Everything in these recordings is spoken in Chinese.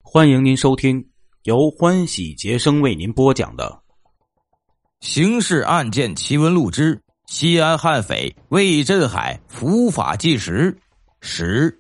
欢迎您收听由欢喜杰生为您播讲的 《刑事案件奇闻录之西安悍匪魏振海伏法纪实》10。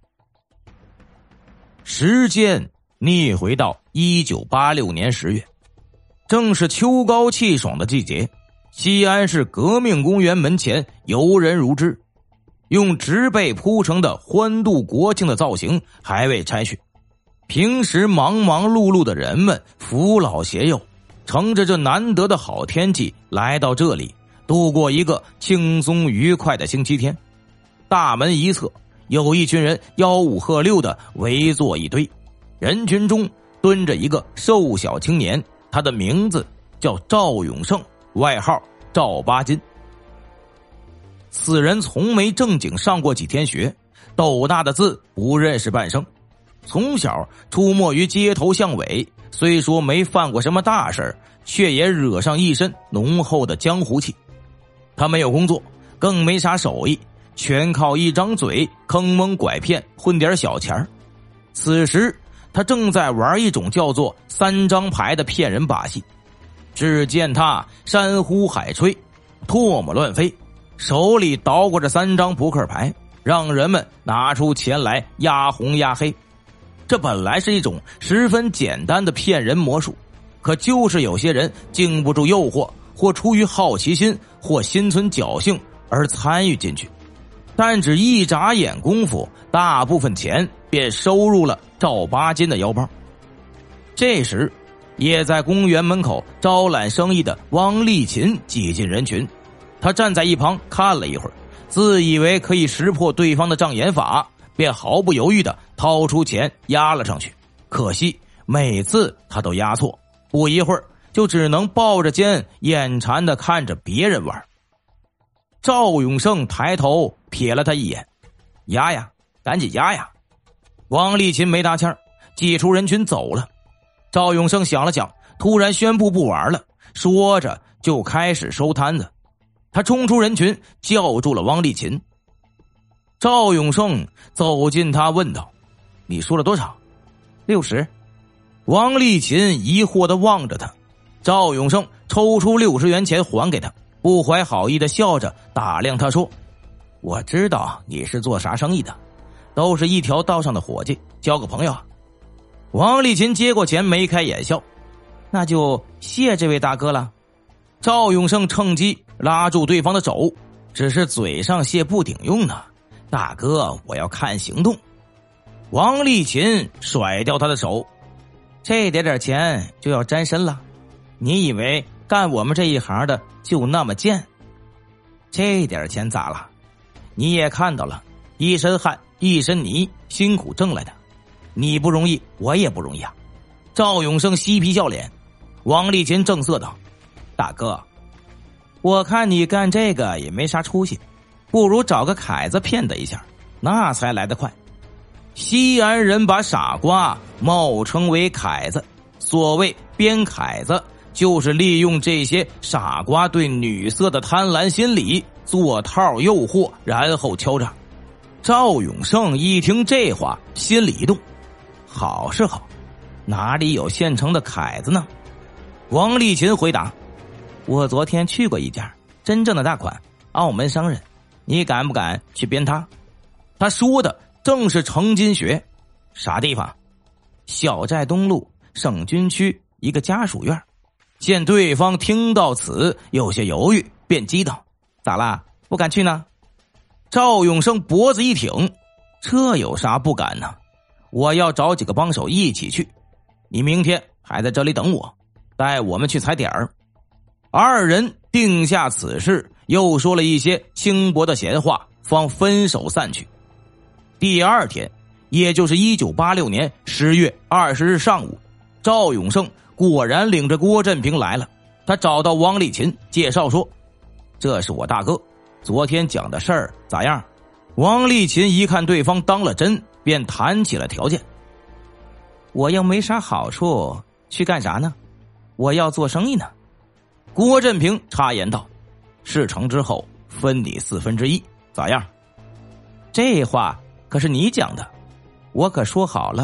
时间逆回到1986年10月，正是秋高气爽的季节，西安市革命公园门前游人如织，用植被铺成的欢度国庆的造型还未拆去。平时忙忙碌碌的人们扶老携幼，乘着这难得的好天气来到这里，度过一个轻松愉快的星期天。大门一侧有一群人吆五喝六的围坐一堆，人群中蹲着一个瘦小青年，他的名字叫赵永胜，外号赵八斤。此人从没正经上过几天学，斗大的字不认识半生，从小出没于街头巷尾，虽说没犯过什么大事，却也惹上一身浓厚的江湖气。他没有工作，更没啥手艺，全靠一张嘴坑蒙拐骗混点小钱。此时他正在玩一种叫做3张牌的骗人把戏。只见他山呼海吹，唾沫乱飞，手里捣鼓着3张扑克牌，让人们拿出钱来压红压黑。这本来是一种十分简单的骗人魔术，可就是有些人经不住诱惑，或出于好奇心，或心存侥幸而参与进去。但只一眨眼功夫，大部分钱便收入了赵八斤的腰包。这时也在公园门口招揽生意的汪立勤挤进人群，他站在一旁看了一会儿，自以为可以识破对方的障眼法，便毫不犹豫地掏出钱压了上去。可惜每次他都压错，不一会儿就只能抱着肩眼馋地看着别人玩。赵永胜抬头瞥了他一眼，压呀，赶紧压呀。汪立勤没搭腔，挤出人群走了。赵永胜想了想，突然宣布不玩了，说着就开始收摊子。他冲出人群，叫住了汪立勤。赵永胜走近他问道：你输了多少？60。汪立勤疑惑地望着他。赵永胜抽出60元钱还给他，不怀好意地笑着打量他说：我知道你是做啥生意的，都是一条道上的伙计，交个朋友啊。汪立勤接过钱，眉开眼笑：那就谢这位大哥了。赵永胜趁机拉住对方的手，只是嘴上谢不顶用呢，大哥我要看行动。汪立勤甩掉他的手：这点钱就要沾身了？你以为干我们这一行的就那么贱？这点钱咋了？你也看到了，一身汗一身泥，辛苦挣来的，你不容易我也不容易啊。赵永胜嬉皮笑脸。汪立勤正色道：大哥，我看你干这个也没啥出息，不如找个凯子骗他一下，那才来得快。西安人把傻瓜冒称为凯子，所谓编凯子，就是利用这些傻瓜对女色的贪婪心理，做套诱惑，然后敲诈。赵永胜一听这话，心里一动，好是好，哪里有现成的凯子呢？汪立勤回答：我昨天去过一家真正的大款，澳门商人，你敢不敢去编他？他说的正是成金学。啥地方？小寨东路省军区一个家属院。见对方听到此有些犹豫，便激道：咋啦？不敢去呢？赵永胜脖子一挺：这有啥不敢呢？我要找几个帮手一起去，你明天还在这里等我，带我们去踩点儿。二人定下此事，又说了一些轻薄的闲话，方分手散去。第二天，也就是1986年10月20日上午，赵永胜果然领着郭振平来了。他找到汪立勤，介绍说：这是我大哥，昨天讲的事儿咋样？汪立勤一看对方当了真，便谈起了条件。我又没啥好处，去干啥呢？我要做生意呢。郭振平插言道：事成之后分你1/4，咋样？这话可是你讲的，我可说好了，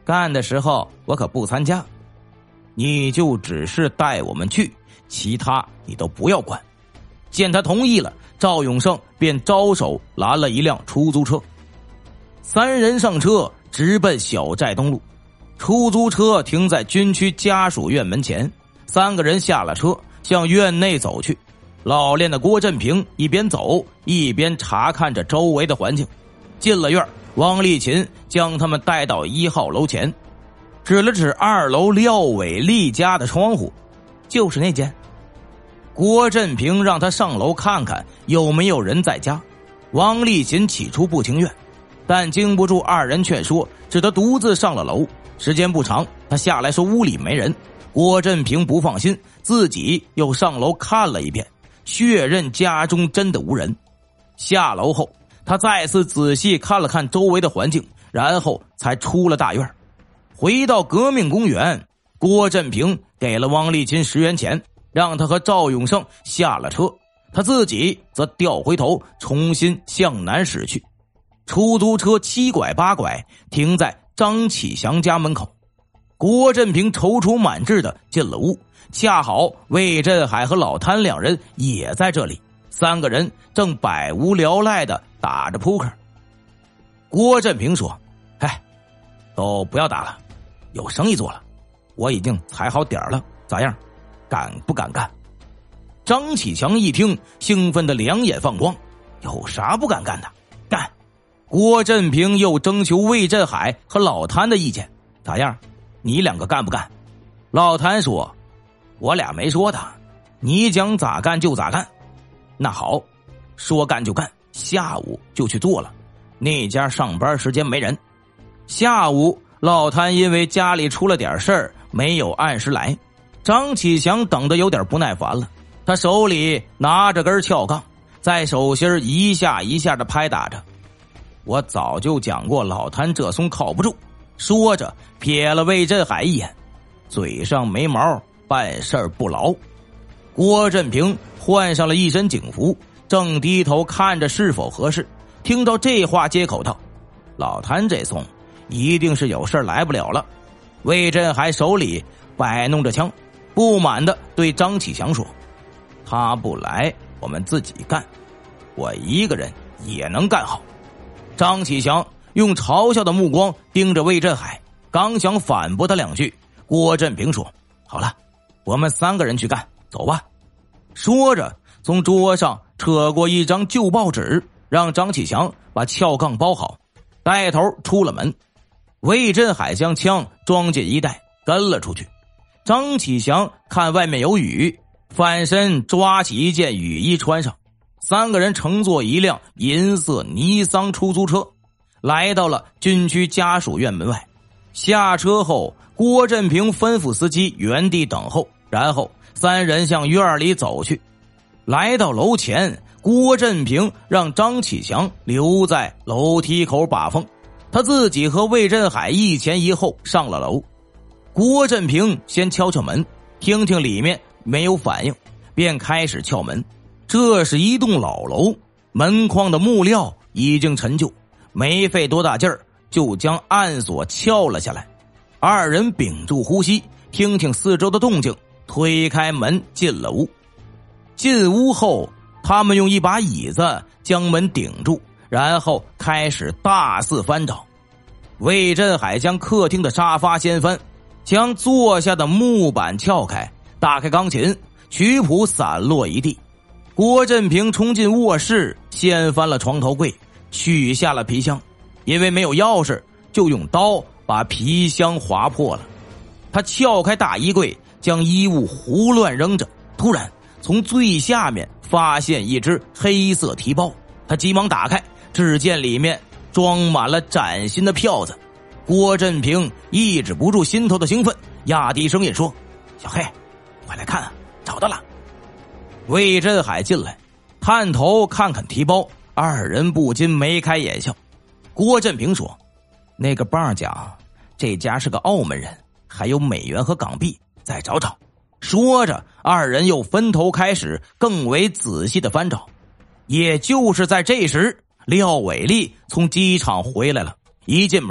干的时候我可不参加，你就只是带我们去，其他你都不要管。见他同意了，赵永胜便招手拦了一辆出租车。三人上车，直奔小寨东路。出租车停在军区家属院门前，三个人下了车，向院内走去。老练的郭振平一边走一边查看着周围的环境。进了院，王立勤将他们带到1号楼前，指了指2楼廖伟丽家的窗户，就是那间。郭振平让他上楼看看有没有人在家。王立勤起初不情愿，但经不住2人劝说，只得独自上了楼。时间不长，他下来说屋里没人。郭振平不放心，自己又上楼看了一遍，确认家中真的无人。下楼后，他再次仔细看了看周围的环境，然后才出了大院。回到革命公园，郭振平给了王立勤10元钱，让他和赵永胜下了车，他自己则调回头重新向南驶去。出租车7拐8拐停在张启祥家门口。郭振平踌躇满志地进了屋，恰好魏振海和老谭2人也在这里，3个人正百无聊赖地打着扑克。郭振平说：“哎，都不要打了，有生意做了，我已经踩好点了，咋样？敢不敢干？”张启强一听，兴奋的两眼放光：“有啥不敢干的？干！”郭振平又征求魏振海和老谭的意见：“咋样？你2个干不干？”老谭说：“我俩没说的，你讲咋干就咋干。”那好，说干就干，下午就去做了。那家上班时间没人。下午老谭因为家里出了点事儿，没有按时来。张启祥等得有点不耐烦了，他手里拿着根撬杠，在手心一下一下的拍打着。我早就讲过老谭这松靠不住，说着瞥了魏振海一眼，嘴上没毛，办事儿不牢。郭振平换上了一身警服，正低头看着是否合适，听到这话接口道：“老谭这松一定是有事来不了了。”魏振海手里摆弄着枪，不满地对张启祥说：“他不来，我们自己干，我一个人也能干好。”张启祥用嘲笑的目光盯着魏振海，刚想反驳他2句，郭振平说：“好了，我们3个人去干，走吧。”说着从桌上扯过一张旧报纸，让张启祥把撬杠包好，带头出了门。魏振海将枪装进衣袋跟了出去。张启祥看外面有雨，翻身抓起一件雨衣穿上。3个人乘坐一辆银色尼桑出租车，来到了军区家属院门外。下车后，郭振平吩咐司机原地等候，然后3人向院里走去。来到楼前，郭振平让张启祥留在楼梯口把风，他自己和魏振海一前一后上了楼。郭振平先敲敲门，听听里面没有反应，便开始撬门。这是一栋老楼，门框的木料已经陈旧，没费多大劲儿就将暗锁撬了下来。2人屏住呼吸，听听四周的动静，推开门进了屋。进屋后，他们用一把椅子将门顶住，然后开始大肆翻找。魏振海将客厅的沙发掀翻，将坐下的木板撬开，打开钢琴，曲谱散落一地。郭振平冲进卧室，掀翻了床头柜，取下了皮箱，因为没有钥匙，就用刀把皮箱划破了。他撬开大衣柜，将衣物胡乱扔着，突然从最下面发现一只黑色提包，他急忙打开，只见里面装满了崭新的票子。郭振平抑制不住心头的兴奋，压低声音说：“小黑，快来看，找到了。”魏振海进来，探头看看提包，2人不禁眉开眼笑。郭振平说：“那个棒讲，这家是个澳门人，还有美元和港币，再找找。”说着，2人又分头开始更为仔细的翻找。也就是在这时，廖伟丽从机场回来了。一进门，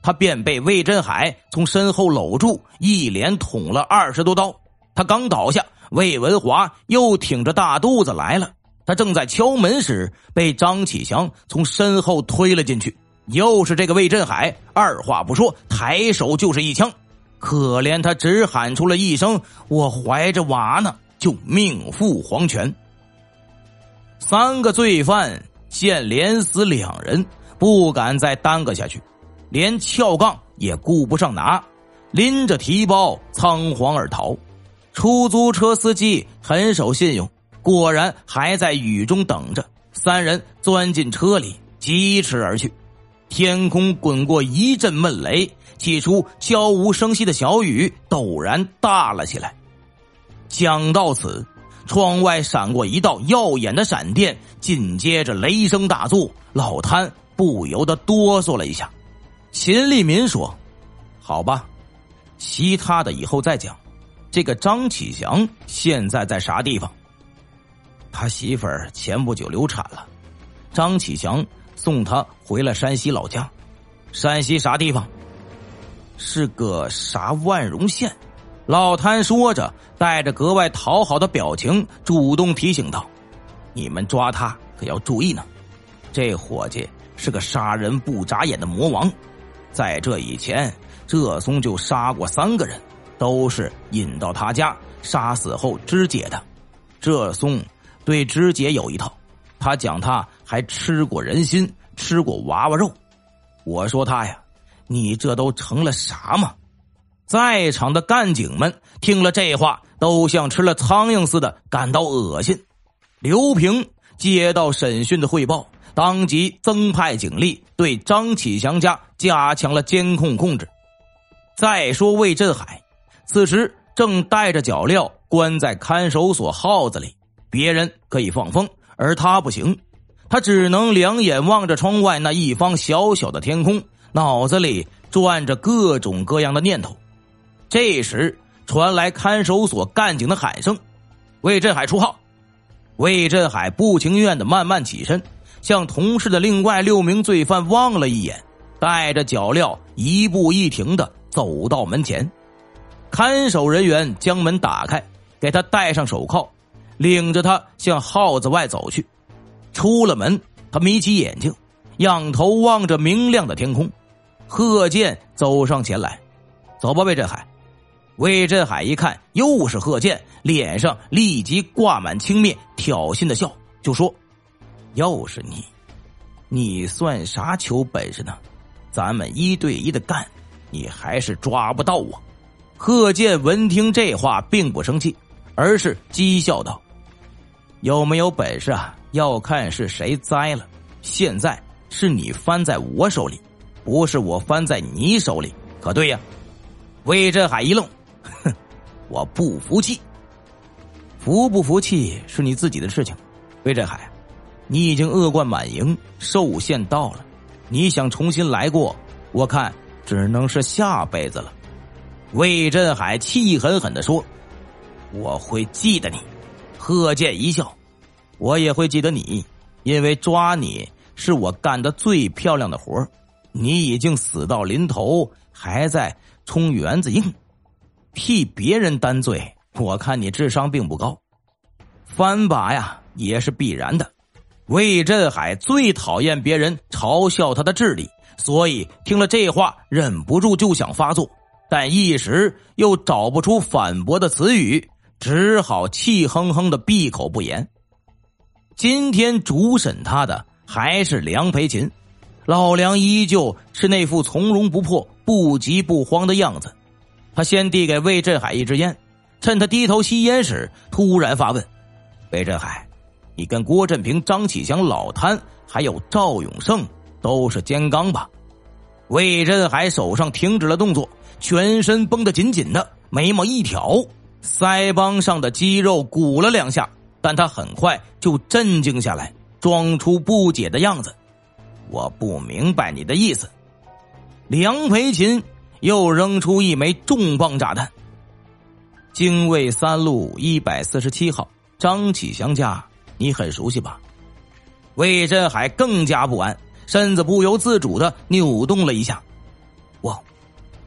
他便被魏振海从身后搂住，一连捅了20多刀。他刚倒下，魏文华又挺着大肚子来了。他正在敲门时，被张启祥从身后推了进去。又是这个魏振海，二话不说，抬手就是一枪。可怜他只喊出了一声“我怀着娃呢”，就命赴黄泉。3个罪犯见连死2人，不敢再耽搁下去，连撬杠也顾不上拿，拎着提包仓皇而逃。出租车司机很守信用，果然还在雨中等着。3人钻进车里，疾驰而去。天空滚过一阵闷雷，起初悄无声息的小雨陡然大了起来。讲到此，窗外闪过一道耀眼的闪电，紧接着雷声大作，老谭不由得哆嗦了一下。秦立民说：“好吧，其他的以后再讲。这个张启祥现在在啥地方？”他媳妇儿前不久流产了，张启祥送他回了山西老家。山西啥地方？是个啥万荣县。老谭说着，带着格外讨好的表情，主动提醒道：“你们抓他可要注意呢，这伙计是个杀人不眨眼的魔王。在这以前，这松就杀过3个人，都是引到他家杀死后肢解的。这松对肢解有一套，他讲他还吃过人心，吃过娃娃肉。我说他呀，你这都成了啥嘛？”在场的干警们听了这话，都像吃了苍蝇似的感到恶心。刘平接到审讯的汇报，当即增派警力对张启祥家加强了监控控制。再说魏振海，此时正带着脚镣关在看守所耗子里，别人可以放风，而他不行。他只能两眼望着窗外那一方小小的天空，脑子里转着各种各样的念头。这时传来看守所干警的喊声：“魏振海出号！”魏振海不情愿地慢慢起身，向同事的另外6名罪犯望了一眼，带着脚镣一步一停地走到门前。看守人员将门打开，给他戴上手铐，领着他向耗子外走去。出了门，他眯起眼睛，仰头望着明亮的天空。贺建走上前来：“走吧，魏振海。”魏振海一看又是贺建，脸上立即挂满轻蔑挑衅的笑，就说：“又是你，你算啥球本事呢？咱们1对1的干，你还是抓不到我。”贺建闻听这话并不生气，而是讥笑道：“有没有本事啊，要看是谁栽了。现在是你翻在我手里，不是我翻在你手里，可对呀？”魏振海一愣：“哼，我不服气。”“服不服气是你自己的事情。魏振海，你已经恶贯满盈，寿限到了，你想重新来过，我看只能是下辈子了。”魏振海气狠狠地说：“我会记得你。”贺建一笑：“我也会记得你，因为抓你是我干的最漂亮的活，你已经死到临头，还在冲园子硬，替别人担罪，我看你智商并不高，翻把呀也是必然的。”魏振海最讨厌别人嘲笑他的智力，所以听了这话忍不住就想发作，但一时又找不出反驳的词语，只好气哼哼的闭口不言。今天主审他的还是梁培勤，老梁依旧是那副从容不迫、不急不慌的样子。他先递给魏振海一支烟，趁他低头吸烟时，突然发问：“魏振海，你跟郭振平、张启祥、老谭还有赵永胜都是奸刚吧？”魏振海手上停止了动作，全身绷得紧紧的，眉毛一挑，腮帮上的肌肉鼓了2下，但他很快就镇静下来，装出不解的样子：“我不明白你的意思。”梁培勤又扔出一枚重磅炸弹：“泾渭3路147号张启祥家，你很熟悉吧？”魏振海更加不安，身子不由自主地扭动了一下：“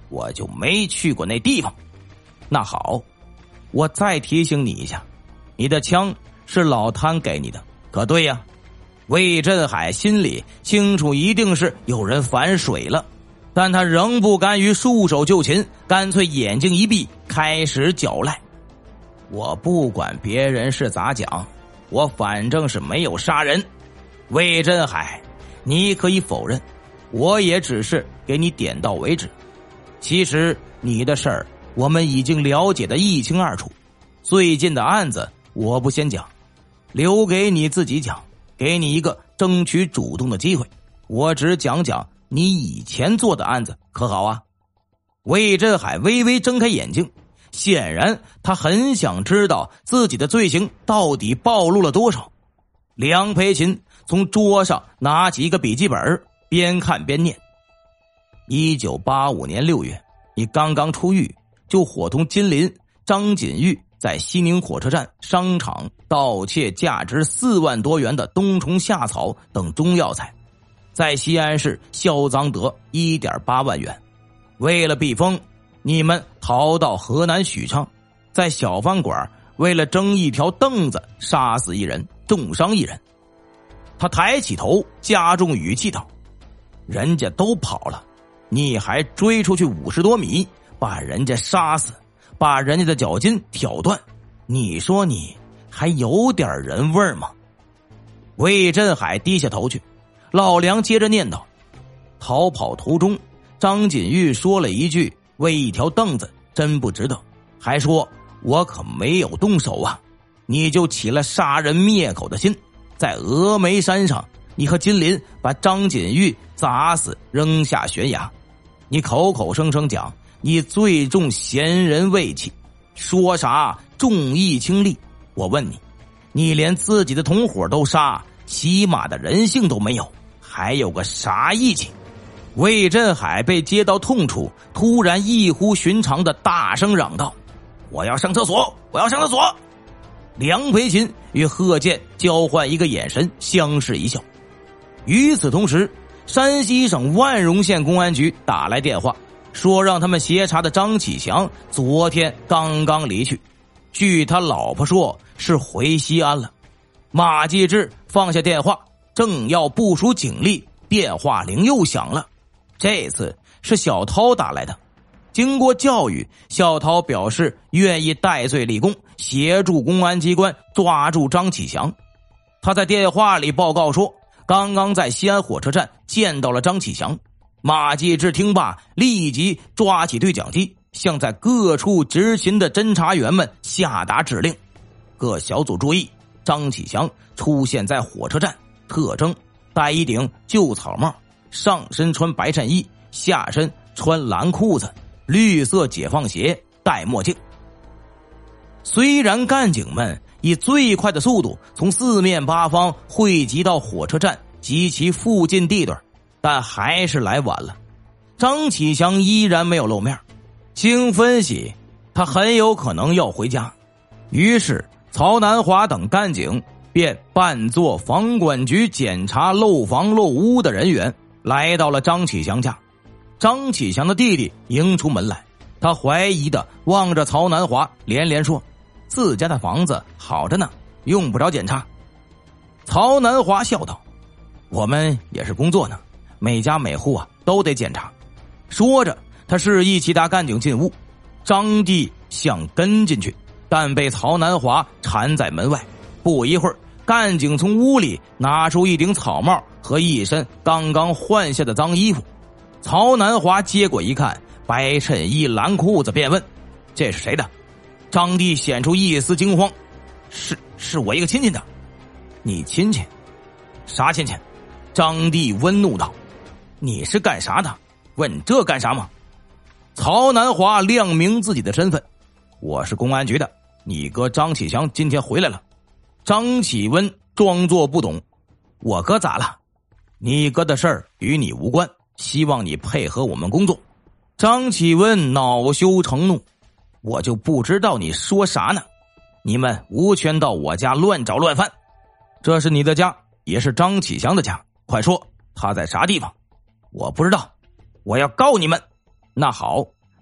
我就没去过那地方。那好，我再提醒你一下，你的枪是老贪给你的，可对呀？魏振海心里清楚一定是有人反水了，但他仍不甘于束手就擒，干脆眼睛一闭，开始狡赖。我不管别人是咋讲，我反正是没有杀人。魏振海，你可以否认，我也只是给你点到为止。其实你的事儿我们已经了解得一清二楚，最近的案子我不先讲，留给你自己讲，给你一个争取主动的机会。我只讲讲你以前做的案子，可好啊？魏振海微微睁开眼睛，显然他很想知道自己的罪行到底暴露了多少。梁培勤从桌上拿起一个笔记本，边看边念。1985年6月，你刚刚出狱，就伙同金林、张锦玉在西宁火车站商场盗窃价值4万多元的冬虫夏草等中药材，在西安市销赃得 1.8 万元。为了避风，你们逃到河南许昌，在小饭馆为了争一条凳子杀死一人，重伤一人。他抬起头，加重语气道：人家都跑了，你还追出去50多米，把人家杀死，把人家的脚筋挑断，你说你还有点人味吗？魏振海低下头去，老梁接着念叨：逃跑途中，张锦玉说了一句为一条凳子真不值得，还说我可没有动手啊，你就起了杀人灭口的心。在峨眉山上，你和金林把张锦玉砸死扔下悬崖，你口口声声讲你最重贤人义气，说啥重义轻利。我问你，你连自己的同伙都杀，起码的人性都没有，还有个啥义气？魏振海被接到痛处，突然异乎寻常的大声嚷道：我要上厕所，我要上厕所！梁培勤与贺建交换一个眼神，相视一笑。与此同时，山西省万荣县公安局打来电话，说让他们协查的张启祥昨天刚刚离去，据他老婆说是回西安了。马继志放下电话，正要部署警力，电话铃又响了。这次是小涛打来的。经过教育，小涛表示愿意戴罪立功，协助公安机关抓住张启祥。他在电话里报告说，刚刚在西安火车站见到了张启祥。马继志听罢，立即抓起对讲机，向在各处执勤的侦查员们下达指令：各小组注意，张启祥出现在火车站，特征戴一顶旧草帽，上身穿白衬衣，下身穿蓝裤子，绿色解放鞋，戴墨镜。虽然干警们以最快的速度从四面八方汇集到火车站及其附近地段，但还是来晚了。张启祥依然没有露面，经分析，他很有可能要回家。于是曹南华等干警便扮作房管局检查漏房漏屋的人员，来到了张启祥家。张启祥的弟弟迎出门来，他怀疑的望着曹南华，连连说：自家的房子好着呢，用不着检查。曹南华笑道：我们也是工作呢，每家每户都得检查。说着，他示意其他干警进屋。张弟想跟进去，但被曹南华缠在门外。不一会儿，干警从屋里拿出一顶草帽和一身刚刚换下的脏衣服。曹南华接过一看，白衬衣蓝裤子，便问：这是谁的？张弟显出一丝惊慌：是我一个亲戚的。你亲戚？啥亲戚？张弟温怒道：你是干啥的？问这干啥吗？曹南华亮明自己的身份：我是公安局的，你哥张启祥今天回来了。张启温装作不懂：我哥咋了？你哥的事儿与你无关，希望你配合我们工作。张启温恼羞成怒：我就不知道你说啥呢，你们无权到我家乱找乱翻。这是你的家，也是张启祥的家，快说他在啥地方？我不知道，我要告你们。那好，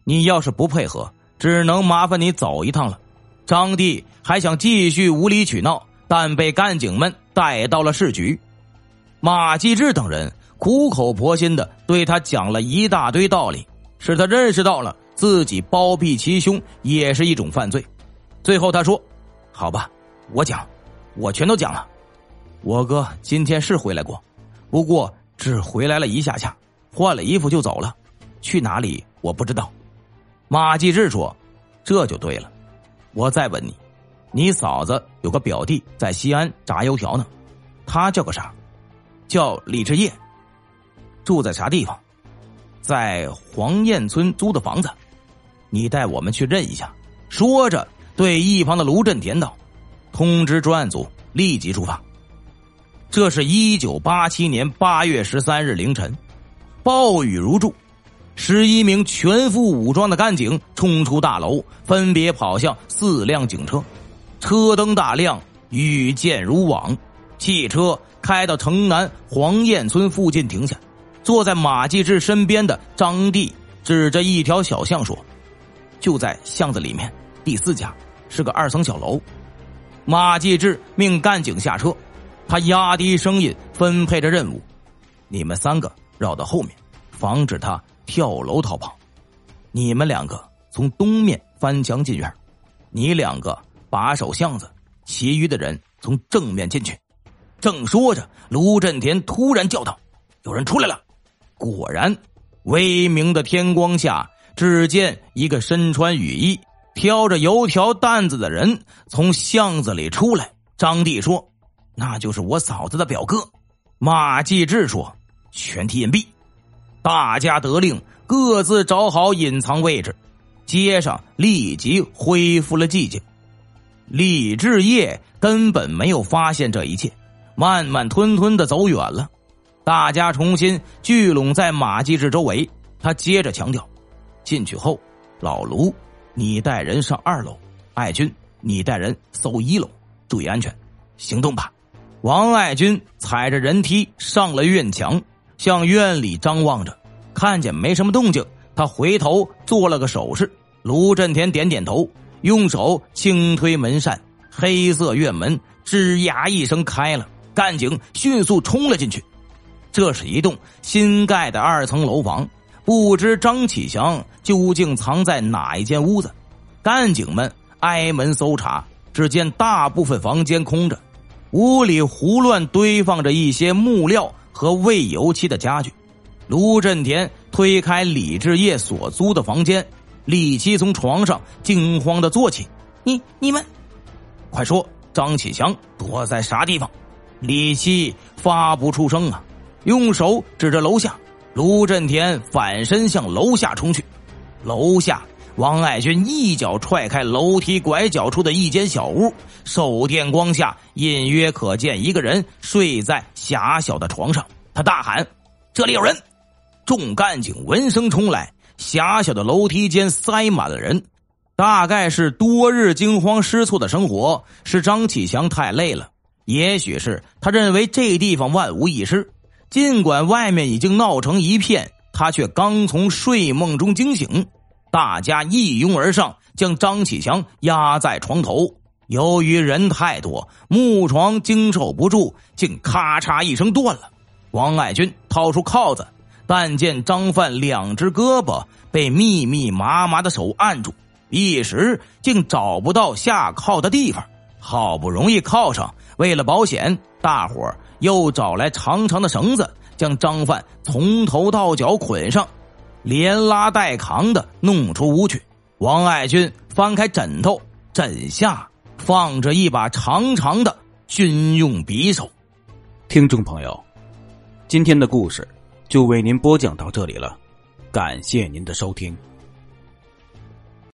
你要是不配合，只能麻烦你走一趟了。张帝还想继续无理取闹，但被干警们带到了市局。马继志等人苦口婆心的对他讲了一大堆道理，使他认识到了自己包庇其兄也是一种犯罪。最后他说，好吧，我全都讲了。我哥今天是回来过，不过只回来了一下下，换了衣服就走了，去哪里我不知道。马继志说，这就对了。我再问你，你嫂子有个表弟在西安炸油条呢，他叫个啥？叫李志业。住在啥地方？在黄堰村租的房子，你带我们去认一下。说着对一旁的卢振田道，通知专案组立即出发。这是1987年8月13日凌晨，暴雨如注，11名全副武装的干警冲出大楼，分别跑向4辆警车，车灯大亮，雨箭如网。汽车开到城南黄堰村附近停下，坐在马继志身边的张帝指着一条小巷说，就在巷子里面第4家，是个2层小楼。马继志命干警下车，他压低声音分配着任务，你们3个绕到后面，防止他跳楼逃跑。你们2个从东面翻墙进院，你2个把守巷子，其余的人从正面进去。正说着，卢振田突然叫道，有人出来了。果然，微明的天光下，只见一个身穿雨衣挑着油条担子的人从巷子里出来。张帝说，那就是我嫂子的表哥。马继志说，全体隐蔽。大家得令，各自找好隐藏位置，街上立即恢复了寂静。李志业根本没有发现这一切，慢慢吞吞地走远了。大家重新聚拢在马继志周围，他接着强调，进去后，老卢你带人上2楼，爱军你带人搜1楼，注意安全，行动吧。王爱军踩着人梯上了院墙，向院里张望着，看见没什么动静，他回头做了个手势。卢振田点点头，用手轻推门扇，黑色院门吱呀一声开了，干警迅速冲了进去。这是一栋新盖的2层楼房，不知张启祥究竟藏在哪一间屋子。干警们挨门搜查，只见大部分房间空着，屋里胡乱堆放着一些木料和未油漆的家具。卢振田推开李志业所租的房间，李七从床上惊慌地坐起，你们快说，张启祥躲在啥地方？李七发不出声啊，用手指着楼下。卢振田反身向楼下冲去。楼下，王爱军一脚踹开楼梯拐角处的一间小屋，手电光下隐约可见一个人睡在狭小的床上。他大喊，这里有人！众干警闻声冲来，狭小的楼梯间塞满了人，大概是多日惊慌失措的生活使张启祥太累了，也许是他认为这地方万无一失，尽管外面已经闹成一片，他却刚从睡梦中惊醒。大家一拥而上，将张启祥压在床头。由于人太多，木床经受不住，竟咔嚓一声断了。王爱军掏出铐子，但见张范2只胳膊被密密麻麻的手按住，一时竟找不到下铐的地方。好不容易铐上，为了保险，大伙儿又找来长长的绳子，将张范从头到脚捆上，连拉带扛的弄出屋去。王爱军翻开枕头，枕下放着一把长长的军用匕首。 听众朋友，今天的故事就为您播讲到这里了，感谢您的收听。